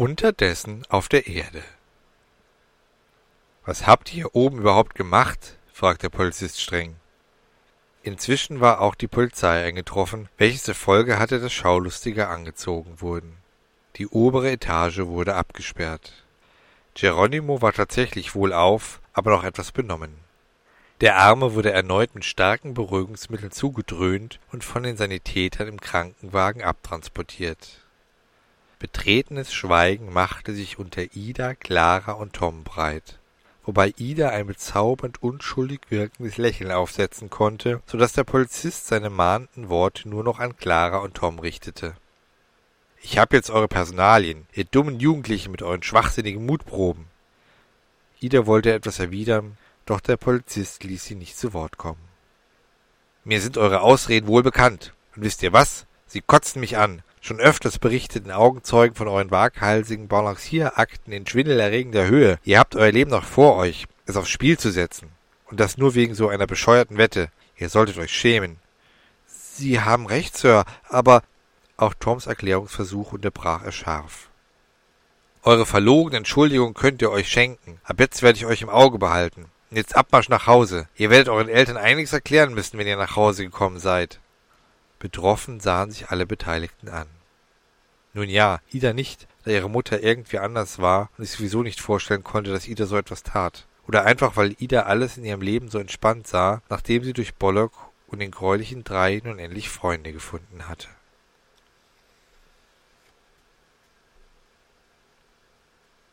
Unterdessen auf der Erde. »Was habt ihr hier oben überhaupt gemacht?« fragte der Polizist streng. Inzwischen war auch die Polizei eingetroffen, welche zur Folge hatte, dass Schaulustige angezogen wurden. Die obere Etage wurde abgesperrt. Geronimo war tatsächlich wohlauf, aber noch etwas benommen. Der Arme wurde erneut mit starken Beruhigungsmitteln zugedröhnt und von den Sanitätern im Krankenwagen abtransportiert. Betretenes Schweigen machte sich unter Ida, Clara und Tom breit, wobei Ida ein bezaubernd unschuldig wirkendes Lächeln aufsetzen konnte, so daß der Polizist seine mahnenden Worte nur noch an Clara und Tom richtete. »Ich hab jetzt eure Personalien, ihr dummen Jugendlichen mit euren schwachsinnigen Mutproben.« Ida wollte etwas erwidern, doch der Polizist ließ sie nicht zu Wort kommen. »Mir sind eure Ausreden wohl bekannt. Und wisst ihr was? Sie kotzen mich an. Schon öfters berichteten Augenzeugen von euren waghalsigen Balancierakten in schwindelerregender Höhe. Ihr habt euer Leben noch vor euch, es aufs Spiel zu setzen. Und das nur wegen so einer bescheuerten Wette. Ihr solltet euch schämen.« »Sie haben recht, Sir, aber...« Auch Toms Erklärungsversuch unterbrach er scharf. »Eure verlogene Entschuldigung könnt ihr euch schenken. Ab jetzt werde ich euch im Auge behalten. Und jetzt Abmarsch nach Hause. Ihr werdet euren Eltern einiges erklären müssen, wenn ihr nach Hause gekommen seid.« Betroffen sahen sich alle Beteiligten an. Nun ja, Ida nicht, da ihre Mutter irgendwie anders war und sich sowieso nicht vorstellen konnte, dass Ida so etwas tat. Oder einfach, weil Ida alles in ihrem Leben so entspannt sah, nachdem sie durch Bollock und den gräulichen 3 nun endlich Freunde gefunden hatte.